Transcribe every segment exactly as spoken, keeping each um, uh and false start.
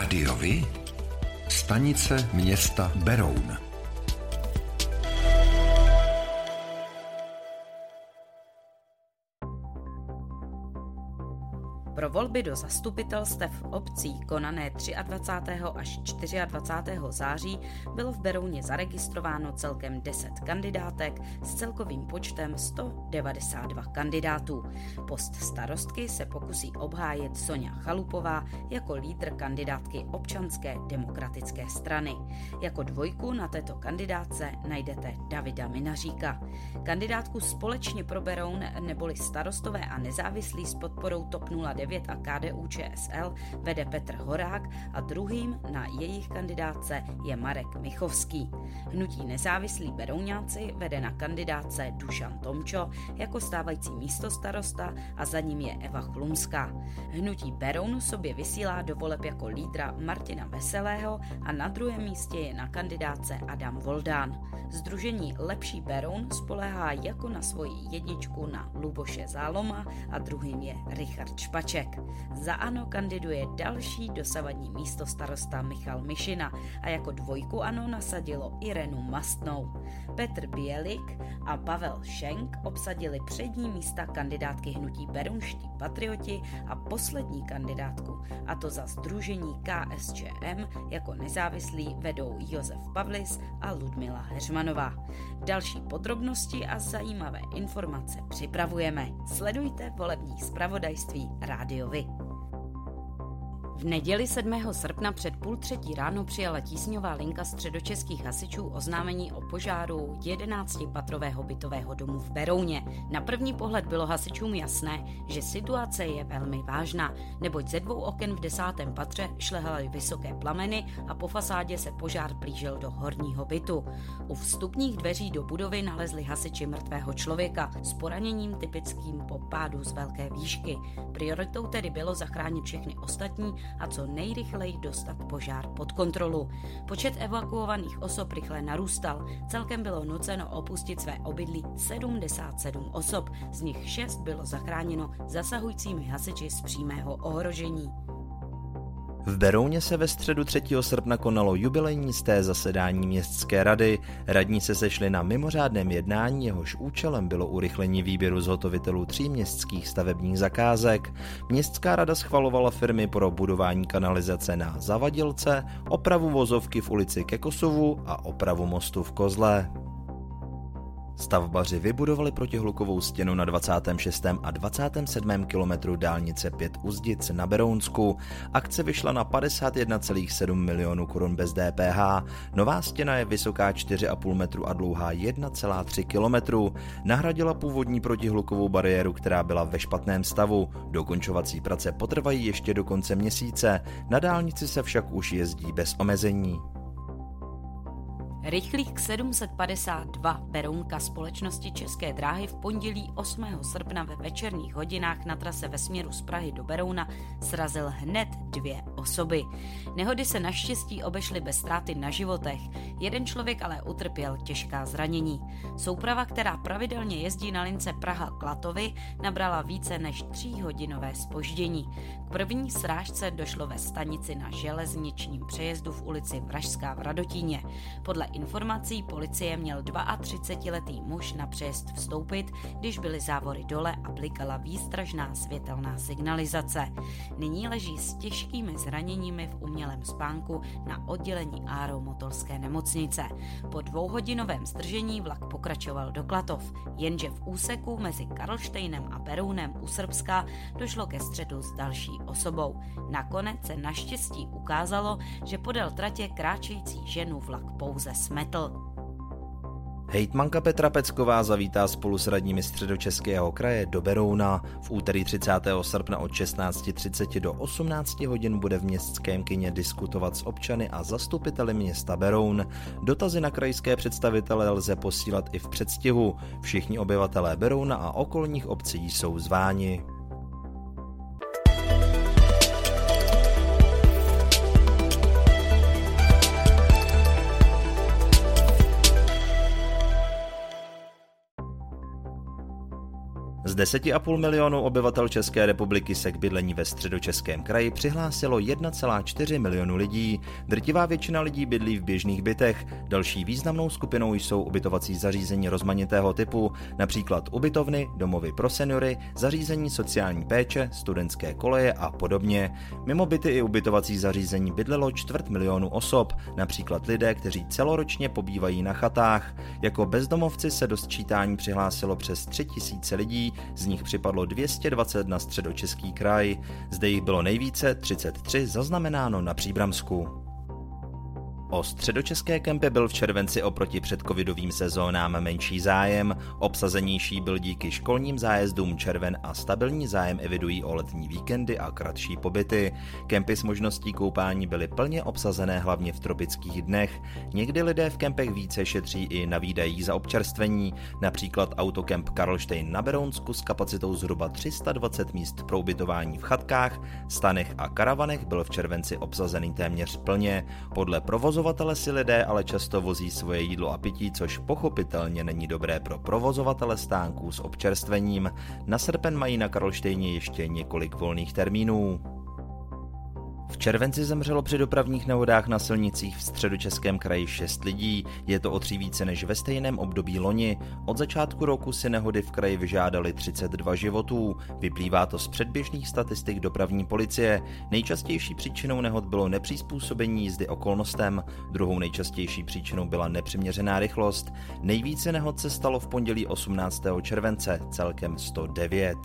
Rádiovi? Stanice města Beroun. Pro volby do zastupitelstev obcí konané dvacátého třetího až dvacátého čtvrtého září bylo v Berouně zaregistrováno celkem deset kandidátek s celkovým počtem sto devadesát dva kandidátů. Post starostky se pokusí obhájit Soňa Chalupová jako lídr kandidátky Občanské demokratické strany. Jako dvojku na této kandidátce najdete Davida Minaříka. Kandidátku Společně pro Beroun neboli Starostové a nezávislí s podporou TOP nula devět a K D U Č S L vede Petr Horák a druhým na jejich kandidátce je Marek Michovský. Hnutí Nezávislí Berouňáci vede na kandidátce Dušan Tomčo jako stávající místostarosta a za ním je Eva Chlumská. Hnutí Beroun sobě vysílá do voleb jako lídra Martina Veselého a na druhém místě je na kandidátce Adam Voldán. Sdružení Lepší Beroun spoléhá jako na svoji jedničku na Luboše Záloma a druhým je Richard Špaček. Za ANO kandiduje další dosavadní místostarosta Michal Mišina a jako dvojku ANO nasadilo Irenu Mastnou. Petr Bělik a Pavel Šenk obsadili přední místa kandidátky hnutí Berounští patrioti a poslední kandidátku, a to za sdružení K S Č M jako nezávislí vedou Josef Pavlis a Ludmila Heřmanová. Další podrobnosti a zajímavé informace připravujeme. Sledujte volební zpravodajství Rádiovi. V neděli sedmého srpna před půl třetí ráno přijala tísňová linka středočeských hasičů oznámení o požáru jedenáctipatrového bytového domu v Berouně. Na první pohled bylo hasičům jasné, že situace je velmi vážná, neboť ze dvou oken v desátém patře šlehaly vysoké plameny a po fasádě se požár plížil do horního bytu. U vstupních dveří do budovy nalezli hasiči mrtvého člověka s poraněním typickým po pádu z velké výšky. Prioritou tedy bylo zachránit všechny ostatní a co nejrychleji dostat požár pod kontrolu. Počet evakuovaných osob rychle narůstal. Celkem bylo nuceno opustit své obydlí sedmdesát sedm osob, z nich šest bylo zachráněno zasahujícími hasiči z přímého ohrožení. V Berouně se ve středu třetího srpna konalo jubilejní sté zasedání městské rady. Radní se sešli na mimořádném jednání, jehož účelem bylo urychlení výběru zhotovitelů tří městských stavebních zakázek. Městská rada schvalovala firmy pro budování kanalizace na Zavadilce, opravu vozovky v ulici ke Kosovu a opravu mostu v Kozlé. Stavbaři vybudovali protihlukovou stěnu na dvacátém šestém a dvacátém sedmém kilometru dálnice pět Uzdic na Berounsku. Akce vyšla na padesát jedna celá sedm milionů korun bez D P H. Nová stěna je vysoká čtyři a půl metru a dlouhá jedna celá tři kilometru. Nahradila původní protihlukovou bariéru, která byla ve špatném stavu. Dokončovací prace potrvají ještě do konce měsíce. Na dálnici se však už jezdí bez omezení. Rychlík sedm set padesát dva Berounka společnosti České dráhy v pondělí osmého srpna ve večerních hodinách na trase ve směru z Prahy do Berouna srazil hned dvě osoby. Nehody se naštěstí obešly bez ztráty na životech, jeden člověk ale utrpěl těžká zranění. Souprava, která pravidelně jezdí na lince Praha-Klatovy, nabrala více než tříhodinové zpoždění. K první srážce došlo ve stanici na železničním přejezdu v ulici Vražská v Radotíně. Podle informací policie měl třicetiletý muž na přejezd vstoupit, když byly závory dole a blikala výstražná světelná signalizace. Nyní leží s těžkými zraněními v umělém spánku na oddělení Aeromotolské nemocnice. Po dvouhodinovém zdržení vlak pokračoval do Klatov, jenže v úseku mezi Karlštejnem a Berounem u Srbska došlo ke střetu s další osobou. Nakonec se naštěstí ukázalo, že podél tratě kráčející ženu vlak pouze smetl. Hejtmanka Petra Pecková zavítá spolu s radními Středočeského kraje do Berouna. V úterý třicátého srpna od šestnáct třicet do osmnáct hodin bude v městském kině diskutovat s občany a zastupiteli města Beroun. Dotazy na krajské představitele lze posílat i v předstihu. Všichni obyvatelé Berouna a okolních obcí jsou zváni. deset a půl milionu obyvatel České republiky se k bydlení ve Středočeském kraji přihlásilo jedna celá čtyři milionu lidí. Drtivá většina lidí bydlí v běžných bytech. Další významnou skupinou jsou ubytovací zařízení rozmanitého typu, například ubytovny, domovy pro seniory, zařízení sociální péče, studentské koleje a podobně. Mimo byty i ubytovací zařízení bydlelo čtvrt milionu osob, například lidé, kteří celoročně pobývají na chatách. Jako bezdomovci se do sčítání přihlásilo přes tři tisíce lidí, z nich připadlo dvě stě dvacet na Středočeský kraj. Zde jich bylo nejvíce, třicet tři, zaznamenáno na Příbramsku. O středočeské kempy byl v červenci oproti předcovidovým sezónám menší zájem, obsazenější byl díky školním zájezdům červen a stabilní zájem evidují o letní víkendy a kratší pobyty. Kempy s možností koupání byly plně obsazené hlavně v tropických dnech. Někdy lidé v kempech více šetří i na výdajích za občerstvení, například autokemp Karlštejn na Berounsku s kapacitou zhruba tři sta dvacet míst pro ubytování v chatkách, stanech a karavanech byl v červenci obsazený téměř plně. Podle provozu Provozovatele si lidé ale často vozí svoje jídlo a pití, což pochopitelně není dobré pro provozovatele stánků s občerstvením. Na srpen mají na Karlštejně ještě několik volných termínů. V červenci zemřelo při dopravních nehodách na silnicích v Středočeském kraji šest lidí, je to o tři více než ve stejném období loni. Od začátku roku si nehody v kraji vyžádaly třicet dva životů, vyplývá to z předběžných statistik dopravní policie. Nejčastější příčinou nehod bylo nepřizpůsobení jízdy okolnostem, druhou nejčastější příčinou byla nepřiměřená rychlost. Nejvíce nehod se stalo v pondělí osmnáctého července, celkem sto devět.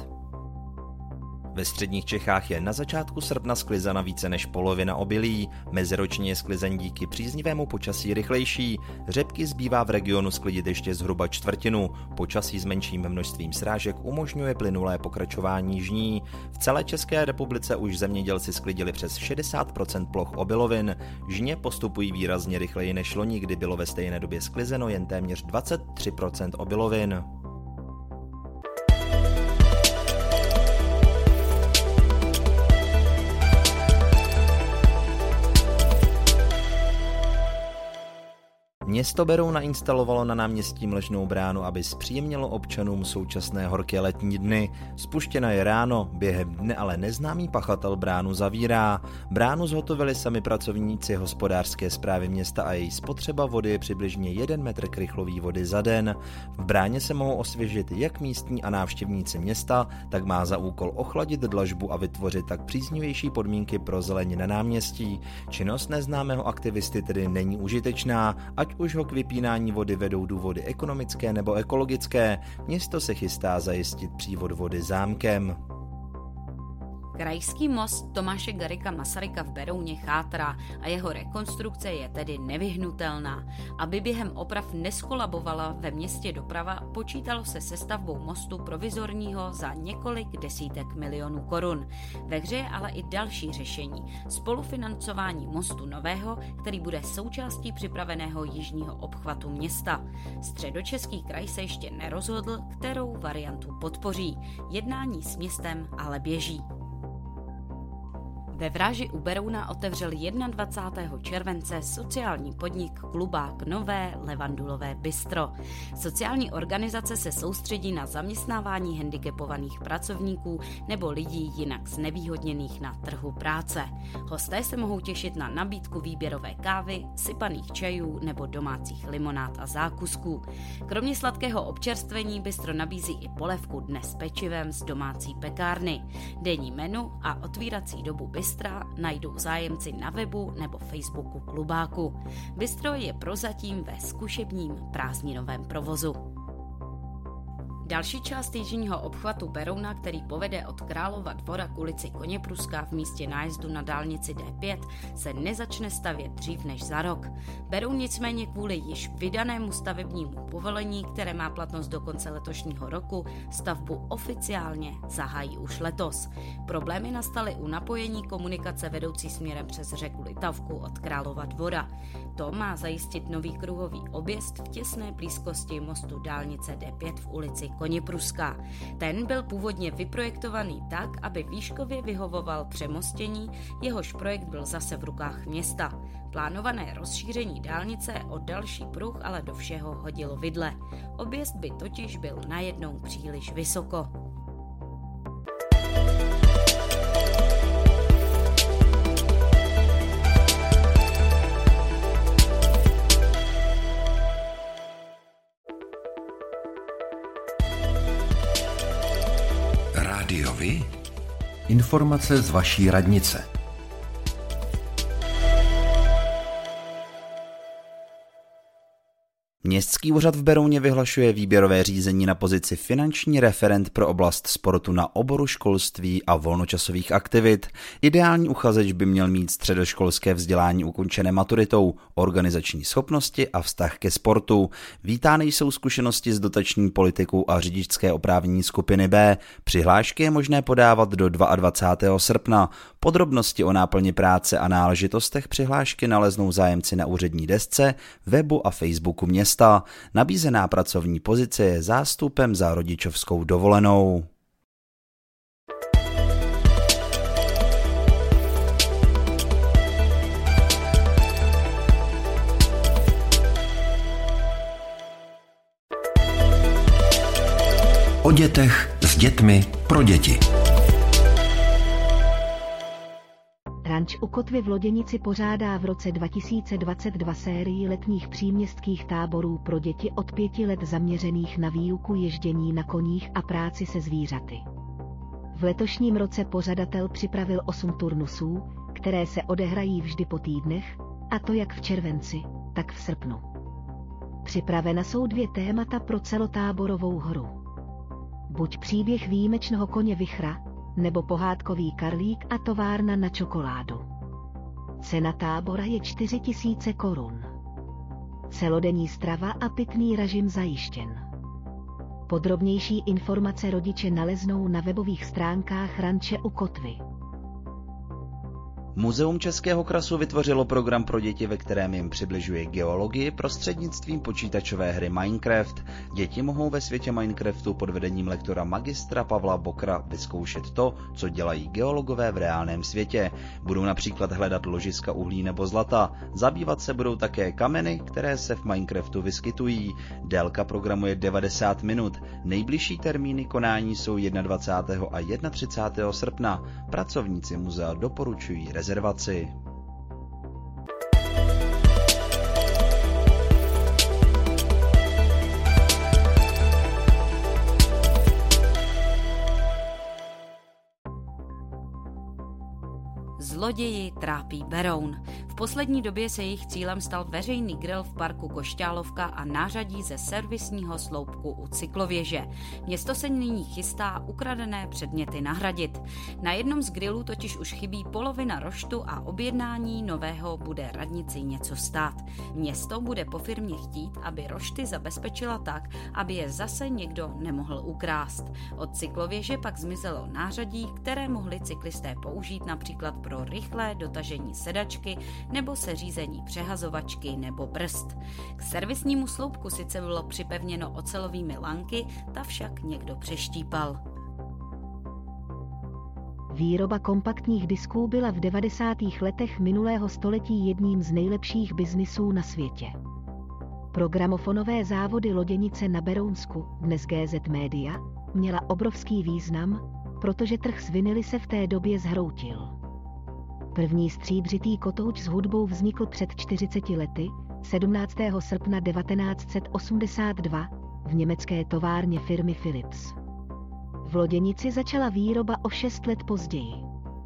Ve středních Čechách je na začátku srpna sklizena více než polovina obilí, meziročně je sklizeň díky příznivému počasí rychlejší, řepky zbývá v regionu sklidit ještě zhruba čtvrtinu, počasí s menším množstvím srážek umožňuje plynulé pokračování žní. V celé České republice už zemědělci sklidili přes šedesát procent ploch obilovin, žně postupují výrazně rychleji než loni, kdy bylo ve stejné době sklizeno jen téměř dvacet tři procent obilovin. Město Beroun nainstalovalo na náměstí Mlečnou bránu, aby zpříjemnilo občanům současné horké letní dny. Spuštěna je ráno, během dne ale neznámý pachatel bránu zavírá. Bránu zhotovili sami pracovníci hospodářské správy města a její spotřeba vody je přibližně jeden metr krychlový vody za den. V bráně se mohou osvěžit jak místní a návštěvníci města, tak má za úkol ochladit dlažbu a vytvořit tak příznivější podmínky pro zeleň na náměstí. Činnost neznámého aktivisty tedy není užitečná, ať už ho k vypínání vody vedou důvody ekonomické nebo ekologické, město se chystá zajistit přívod vody zámkem. Krajský most Tomáše Garrigua Masaryka v Berouně chátrá a jeho rekonstrukce je tedy nevyhnutelná. Aby během oprav neskolabovala ve městě doprava, počítalo se se stavbou mostu provizorního za několik desítek milionů korun. Ve hře je ale i další řešení. Spolufinancování mostu nového, který bude součástí připraveného jižního obchvatu města. Středočeský kraj se ještě nerozhodl, kterou variantu podpoří. Jednání s městem ale běží. Ve Vráži u Berouna otevřel dvacátého prvního července sociální podnik Klubák Nové Levandulové bistro. Sociální organizace se soustředí na zaměstnávání handicapovaných pracovníků nebo lidí jinak znevýhodněných na trhu práce. Hosté se mohou těšit na nabídku výběrové kávy, sypaných čajů nebo domácích limonád a zákusků. Kromě sladkého občerstvení bistro nabízí i polévku dne s pečivem z domácí pekárny. Denní menu a otvírací dobu bistro najdou zájemci na webu nebo Facebooku Klubáku. Bistro je prozatím ve zkušebním prázdninovém provozu. Další část jižního obchvatu Berouna, který povede od Králova Dvora k ulici Koněpruská v místě nájezdu na dálnici D pět, se nezačne stavět dřív než za rok. Beroun nicméně kvůli již vydanému stavebnímu povolení, které má platnost do konce letošního roku, stavbu oficiálně zahájí už letos. Problémy nastaly u napojení komunikace vedoucí směrem přes řeku Litavku od Králova Dvora. To má zajistit nový kruhový objezd v těsné blízkosti mostu dálnice D pět v ulici Koněpruská. Ten byl původně vyprojektovaný tak, aby výškově vyhovoval přemostění, jehož projekt byl zase v rukách města. Plánované rozšíření dálnice o další pruh ale do všeho hodilo vidle. Objezd by totiž byl najednou příliš vysoko. Hojovi? Informace z vaší radnice. Městský úřad v Berouně vyhlašuje výběrové řízení na pozici finanční referent pro oblast sportu na oboru školství a volnočasových aktivit. Ideální uchazeč by měl mít středoškolské vzdělání ukončené maturitou, organizační schopnosti a vztah ke sportu. Vítány jsou zkušenosti s dotační politikou a řidičské oprávnění skupiny B. Přihlášky je možné podávat do dvacátého druhého srpna. Podrobnosti o náplni práce a náležitostech přihlášky naleznou zájemci na úřední desce, webu a Facebooku města. Nabízená pracovní pozice je zástupem za rodičovskou dovolenou. O dětech s dětmi pro děti. Ranč u Kotvy v Loděnici pořádá v roce dva tisíce dvacet dva sérii letních příměstských táborů pro děti od pěti let zaměřených na výuku ježdění na koních a práci se zvířaty. V letošním roce pořadatel připravil osm turnusů, které se odehrají vždy po týdnech, a to jak v červenci, tak v srpnu. Připravena jsou dvě témata pro celotáborovou hru. Buď příběh výjimečného koně Vichra, nebo pohádkový Karlík a továrna na čokoládu. Cena tábora je čtyři tisíce korun. Celodenní strava a pitný režim zajištěn. Podrobnější informace rodiče naleznou na webových stránkách Ranče u Kotvy. Muzeum Českého krasu vytvořilo program pro děti, ve kterém jim přibližuje geologii prostřednictvím počítačové hry Minecraft. Děti mohou ve světě Minecraftu pod vedením lektora magistra Pavla Bokra vyzkoušet to, co dělají geologové v reálném světě. Budou například hledat ložiska uhlí nebo zlata. Zabývat se budou také kameny, které se v Minecraftu vyskytují. Délka programu je devadesát minut. Nejbližší termíny konání jsou dvacátého prvního a třicátého prvního srpna. Pracovníci muzea doporučují rezervaci. Zloději trápí Beroun. V poslední době se jejich cílem stal veřejný grill v parku Košťálovka a nářadí ze servisního sloupku u cyklověže. Město se nyní chystá ukradené předměty nahradit. Na jednom z grillů totiž už chybí polovina roštu a objednání nového bude radnici něco stát. Město bude po firmě chtít, aby rošty zabezpečila tak, aby je zase někdo nemohl ukrást. Od cyklověže pak zmizelo nářadí, které mohli cyklisté použít například pro rychlé dotažení sedačky nebo seřízení přehazovačky nebo brzd. K servisnímu sloupku sice bylo připevněno ocelovými lanky, ta však někdo přeštípal. Výroba kompaktních disků byla v devadesátých letech minulého století jedním z nejlepších biznisů na světě. Pro gramofonové závody Loděnice na Berounsku, dnes G Z Media, měla obrovský význam, protože trh s vinily se v té době zhroutil. První stříbřitý kotouč s hudbou vznikl před čtyřiceti lety, sedmnáctého srpna devatenáct set osmdesát dva, v německé továrně firmy Philips. V Loděnici začala výroba o šest let později.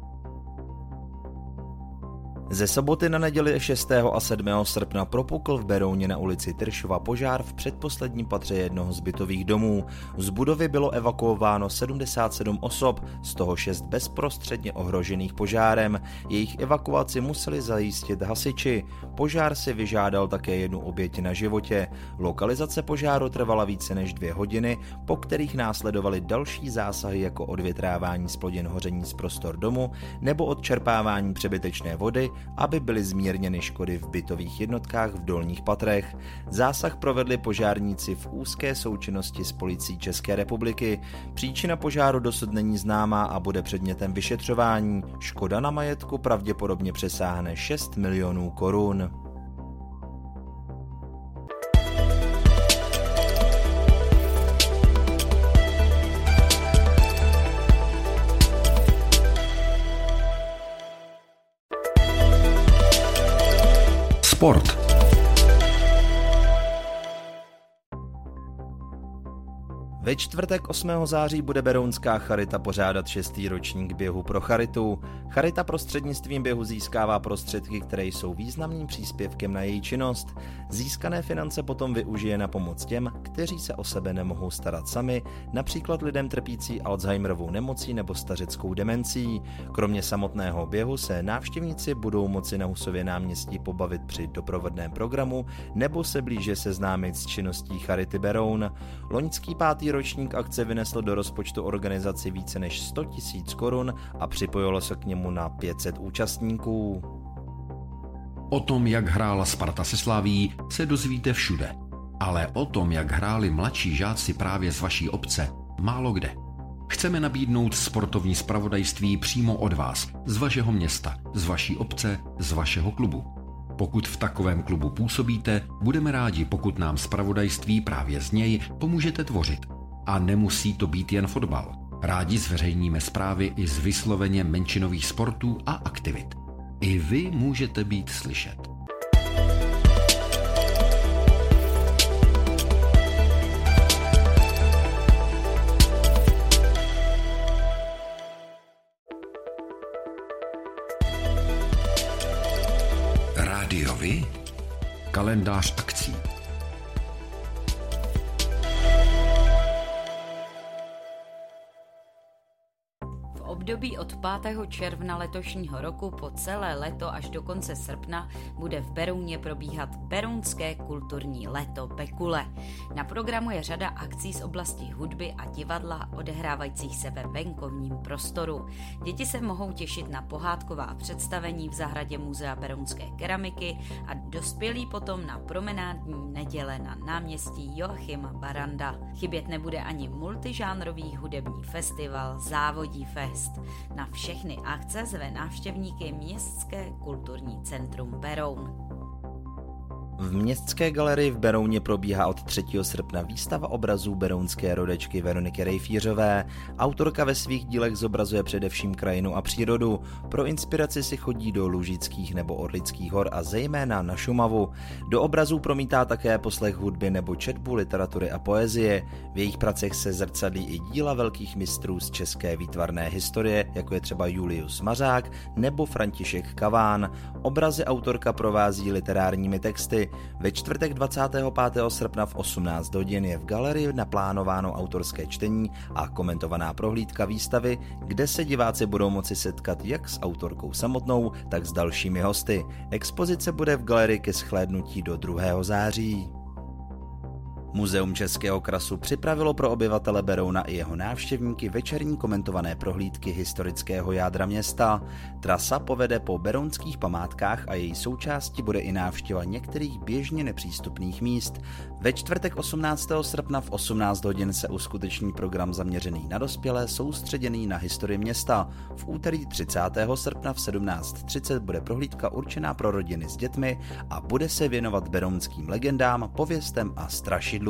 Ze soboty na neděli šestého a sedmého srpna propukl v Berouně na ulici Tyršova požár v předposledním patře jednoho z bytových domů. Z budovy bylo evakuováno sedmdesát sedm osob, z toho šest bezprostředně ohrožených požárem. Jejich evakuaci museli zajistit hasiči. Požár si vyžádal také jednu oběť na životě. Lokalizace požáru trvala více než dvě hodiny, po kterých následovaly další zásahy jako odvětrávání zplodin hoření z prostor domu nebo odčerpávání přebytečné vody, aby byly zmírněny škody v bytových jednotkách v dolních patrech. Zásah provedli požárníci v úzké součinnosti s policií České republiky. Příčina požáru dosud není známá a bude předmětem vyšetřování. Škoda na majetku pravděpodobně přesáhne šest milionů korun. Sport. Ve čtvrtek osmého září bude Berounská charita pořádat šestý ročník běhu pro charitu. Charita prostřednictvím běhu získává prostředky, které jsou významným příspěvkem na její činnost. Získané finance potom využije na pomoc těm, kteří se o sebe nemohou starat sami, například lidem trpící Alzheimerovou nemocí nebo stařeckou demencí. Kromě samotného běhu se návštěvníci budou moci na Husově náměstí pobavit při doprovodném programu nebo se blíže seznámit s činností Charity Beroun. Loňský pátý ročník akce vynesl do rozpočtu organizaci více než sto tisíc korun a připojilo se k němu na pět set účastníků. O tom, jak hrála Sparta se Slavií, se dozvíte všude. Ale o tom, jak hráli mladší žáci právě z vaší obce, málo kde. Chceme nabídnout sportovní zpravodajství přímo od vás, z vašeho města, z vaší obce, z vašeho klubu. Pokud v takovém klubu působíte, budeme rádi, pokud nám zpravodajství právě z něj pomůžete tvořit. A nemusí to být jen fotbal. Rádi zveřejníme zprávy i z vysloveně menšinových sportů a aktivit. I vy můžete být slyšet. Rádiovi? Kalendář akcí. V období od pátého června letošního roku po celé léto až do konce srpna bude v Berouně probíhat Berounské kulturní léto Bekule. Na programu je řada akcí z oblasti hudby a divadla odehrávajících se ve venkovním prostoru. Děti se mohou těšit na pohádková představení v zahradě Muzea berounské keramiky a dospělí potom na promenádní neděle na náměstí Joachima Baranda. Chybět nebude ani multižánrový hudební festival Závodí fest. Na všechny akce zve návštěvníky Městské kulturní centrum Beroun. V Městské galerii v Berouně probíhá od třetího srpna výstava obrazů berounské rodečky Veroniky Rejfířové. Autorka ve svých dílech zobrazuje především krajinu a přírodu. Pro inspiraci si chodí do Lužických nebo Orlických hor a zejména na Šumavu. Do obrazů promítá také poslech hudby nebo četbu literatury a poezie. V jejich pracech se zrcadlí i díla velkých mistrů z české výtvarné historie, jako je třeba Julius Mařák nebo František Kaván. Obrazy autorka provází literárními texty. Ve čtvrtek dvacátého pátého srpna v osmnáct hodin je v galerii naplánováno autorské čtení a komentovaná prohlídka výstavy, kde se diváci budou moci setkat jak s autorkou samotnou, tak s dalšími hosty. Expozice bude v galerii ke shlédnutí do druhého září. Muzeum Českého krasu připravilo pro obyvatele Berouna i jeho návštěvníky večerní komentované prohlídky historického jádra města. Trasa povede po berounských památkách a její součástí bude i návštěva některých běžně nepřístupných míst. Ve čtvrtek osmnáctého srpna v osmnáct hodin se uskuteční program zaměřený na dospělé, soustředěný na historii města. V úterý třicátého srpna v sedmnáct třicet bude prohlídka určená pro rodiny s dětmi a bude se věnovat berounským legendám, pověstem a strašidlům.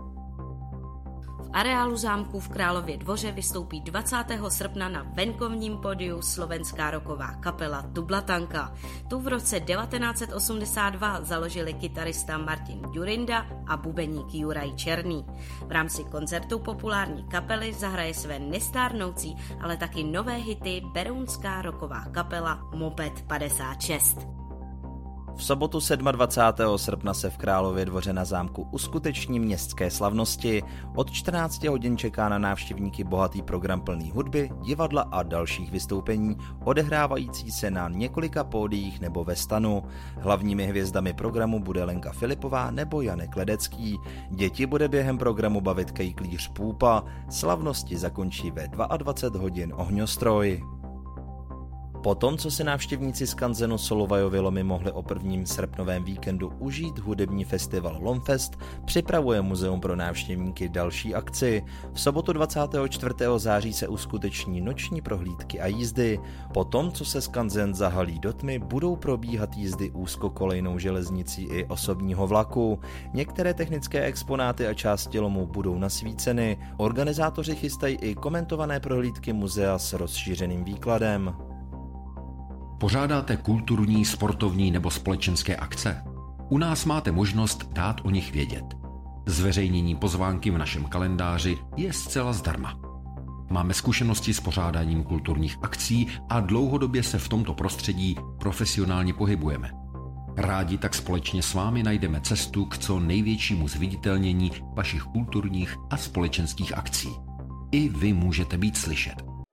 V areálu zámku v Králově Dvoře vystoupí dvacátého srpna na venkovním pódiu slovenská rocková kapela Tublatanka. Tu v roce devatenáct osmdesát dva založili kytarista Martin Ďurinda a bubeník Juraj Černý. V rámci koncertu populární kapely zahraje své nestárnoucí, ale taky nové hity berounská rocková kapela Moped padesát šest. V sobotu dvacátého sedmého srpna se v Králově Dvoře na zámku uskuteční městské slavnosti. Od čtrnácti hodin čeká na návštěvníky bohatý program plný hudby, divadla a dalších vystoupení, odehrávající se na několika pódiích nebo ve stanu. Hlavními hvězdami programu bude Lenka Filipová nebo Janek Ledecký. Děti bude během programu bavit kejklíř Půpa. Slavnosti zakončí ve dvacet dva hodin ohňostroj. Po tom, co si návštěvníci z kanzenu Solovajovy lomy mohli o prvním srpnovém víkendu užít hudební festival Lomfest, připravuje muzeum pro návštěvníky další akci. V sobotu dvacátého čtvrtého září se uskuteční noční prohlídky a jízdy. Po tom, co se z kanzen zahalí do tmy, budou probíhat jízdy úzkokolejnou železnicí i osobního vlaku. Některé technické exponáty a části lomu budou nasvíceny. Organizátoři chystají i komentované prohlídky muzea s rozšířeným výkladem. Pořádáte kulturní, sportovní nebo společenské akce? U nás máte možnost dát o nich vědět. Zveřejnění pozvánky v našem kalendáři je zcela zdarma. Máme zkušenosti s pořádáním kulturních akcí a dlouhodobě se v tomto prostředí profesionálně pohybujeme. Rádi tak společně s vámi najdeme cestu k co největšímu zviditelnění vašich kulturních a společenských akcí. I vy můžete být slyšet.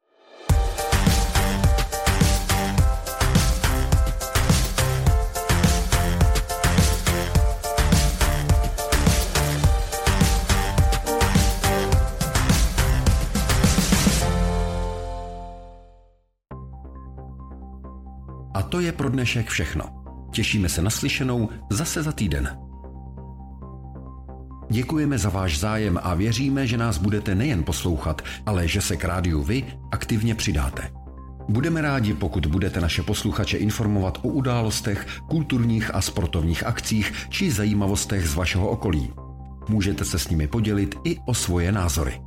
A to je pro dnešek všechno. Těšíme se na slyšenou zase za týden. Děkujeme za váš zájem a věříme, že nás budete nejen poslouchat, ale že se k rádiu vy aktivně přidáte. Budeme rádi, pokud budete naše posluchače informovat o událostech, kulturních a sportovních akcích či zajímavostech z vašeho okolí. Můžete se s nimi podělit i o svoje názory.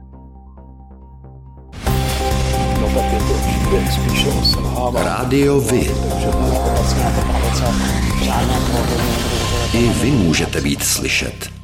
Rádio Vy. I vy můžete být slyšet.